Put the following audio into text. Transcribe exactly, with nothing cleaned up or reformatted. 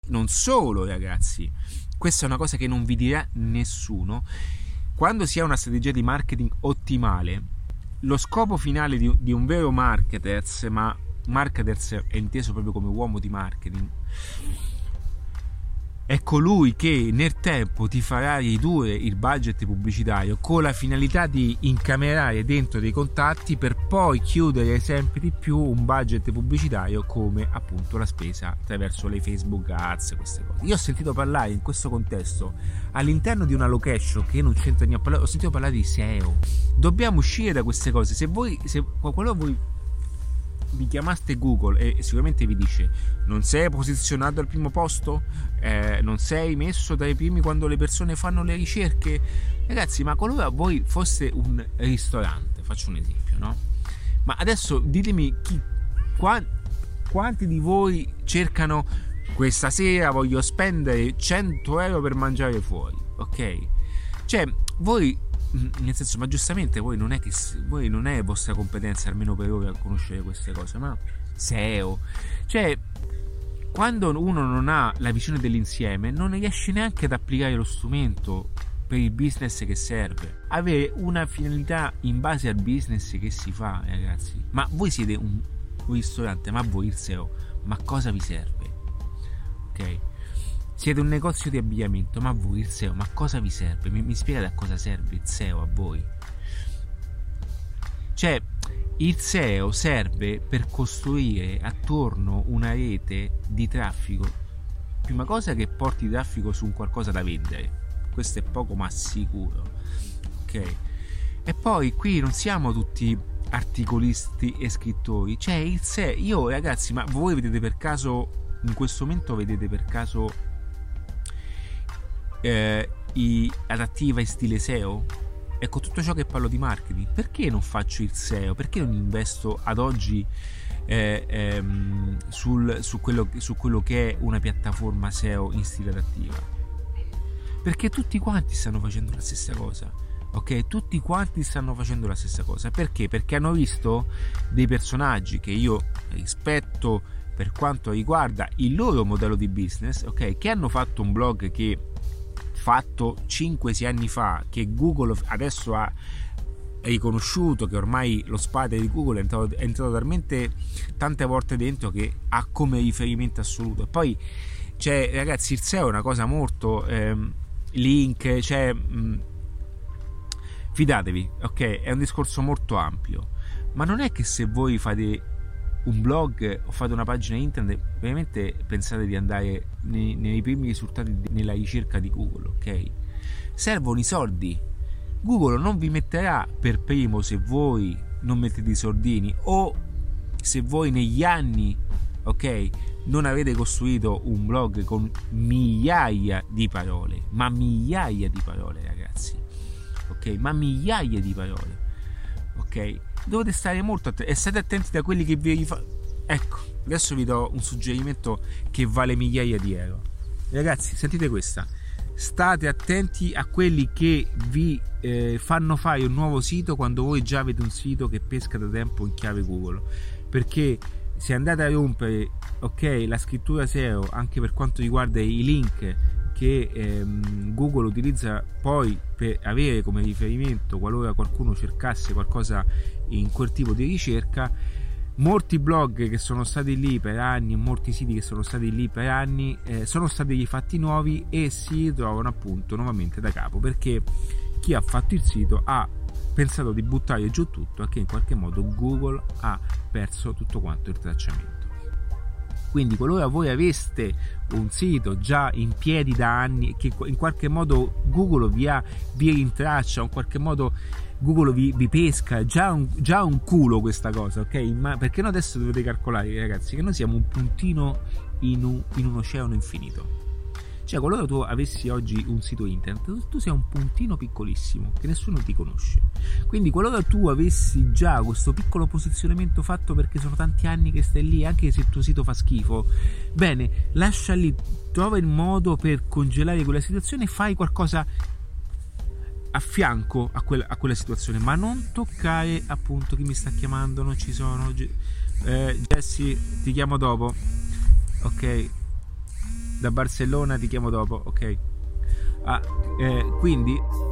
non solo, ragazzi, questa è una cosa che non vi dirà nessuno. Quando si ha una strategia di marketing ottimale, lo scopo finale di, di un vero marketers, ma marketers è inteso proprio come uomo di marketing, è colui che nel tempo ti farà ridurre il budget pubblicitario con la finalità di incamerare dentro dei contatti per poi chiudere sempre di più un budget pubblicitario, come appunto la spesa attraverso le Facebook Ads, queste cose. Io ho sentito parlare in questo contesto, all'interno di una location che non c'entra niente, ho sentito parlare di S E O. Dobbiamo uscire da queste cose. Se voi, se qualcuno voi vi chiamaste Google e sicuramente vi dice: non sei posizionato al primo posto, eh, non sei messo tra i primi quando le persone fanno le ricerche. Ragazzi, ma qualora voi foste un ristorante, faccio un esempio, no? Ma adesso ditemi chi, qua, quanti di voi cercano: questa sera voglio spendere cento euro per mangiare fuori, ok? Cioè, voi, nel senso, ma giustamente voi non è che voi non è vostra competenza, almeno per ora, conoscere queste cose, ma S E O, cioè, quando uno non ha la visione dell'insieme, non riesce neanche ad applicare lo strumento per il business che serve, avere una finalità in base al business che si fa, ragazzi. Ma voi siete un, un ristorante, ma voi il S E O, ma cosa vi serve? Ok? Siete un negozio di abbigliamento, ma voi il S E O, ma cosa vi serve? Mi, mi spiegate a cosa serve il S E O a voi? Cioè, il S E O serve per costruire attorno una rete di traffico, prima cosa che porti traffico su un qualcosa da vendere, questo è poco ma sicuro, ok? E poi qui non siamo tutti articolisti e scrittori, cioè il S E O, io ragazzi, ma voi vedete per caso, in questo momento vedete per caso Eh, i adattiva in stile S E O? Ecco, tutto ciò che parlo di marketing, perché non faccio il S E O? Perché non investo ad oggi eh, ehm, sul, su, quello, su quello che è una piattaforma S E O in stile adattiva? Perché tutti quanti stanno facendo la stessa cosa, ok? Tutti quanti stanno facendo la stessa cosa. Perché? Perché hanno visto dei personaggi che io rispetto per quanto riguarda il loro modello di business, ok? Che hanno fatto un blog che fatto cinque sei anni fa, che Google adesso ha riconosciuto che ormai lo spade di Google è entrato, è entrato talmente tante volte dentro che ha come riferimento assoluto. E poi c'è, ragazzi, il S E O è una cosa molto ehm, link, cioè mh, fidatevi, ok? È un discorso molto ampio, ma non è che se voi fate un blog o fate una pagina internet veramente pensate di andare nei, nei primi risultati nella ricerca di Google, ok? Servono i soldi. Google non vi metterà per primo se voi non mettete i soldini, o se voi negli anni, ok, non avete costruito un blog con migliaia di parole, ma migliaia di parole, ragazzi, ok? Ma migliaia di parole, ok? Dovete stare molto attenti e state attenti da quelli che vi fa... Ecco, adesso vi do un suggerimento che vale migliaia di euro, ragazzi, sentite questa: state attenti a quelli che vi eh, fanno fare un nuovo sito quando voi già avete un sito che pesca da tempo in chiave Google, perché se andate a rompere, ok, la scrittura S E O anche per quanto riguarda i link che ehm, Google utilizza poi per avere come riferimento qualora qualcuno cercasse qualcosa in quel tipo di ricerca, molti blog che sono stati lì per anni, molti siti che sono stati lì per anni eh, sono stati rifatti nuovi e si trovano appunto nuovamente da capo, perché chi ha fatto il sito ha pensato di buttare giù tutto, e che in qualche modo Google ha perso tutto quanto il tracciamento. Quindi qualora voi aveste un sito già in piedi da anni, che in qualche modo Google vi, ha, vi rintraccia, in qualche modo Google vi, vi pesca, già un, già un culo questa cosa, ok? Ma perché no, adesso dovete calcolare, ragazzi, che noi siamo un puntino in un, in un oceano infinito. Cioè, qualora tu avessi oggi un sito internet, tu sei un puntino piccolissimo che nessuno ti conosce. Quindi qualora tu avessi già questo piccolo posizionamento fatto, perché sono tanti anni che stai lì, anche se il tuo sito fa schifo, bene, lascia lì, trova il modo per congelare quella situazione e fai qualcosa a fianco a quella, a quella situazione, ma non toccare, appunto, chi mi sta chiamando, non ci sono, eh, Jesse, ti chiamo dopo, ok? da Barcellona, ti chiamo dopo, ok? Ah, eh, quindi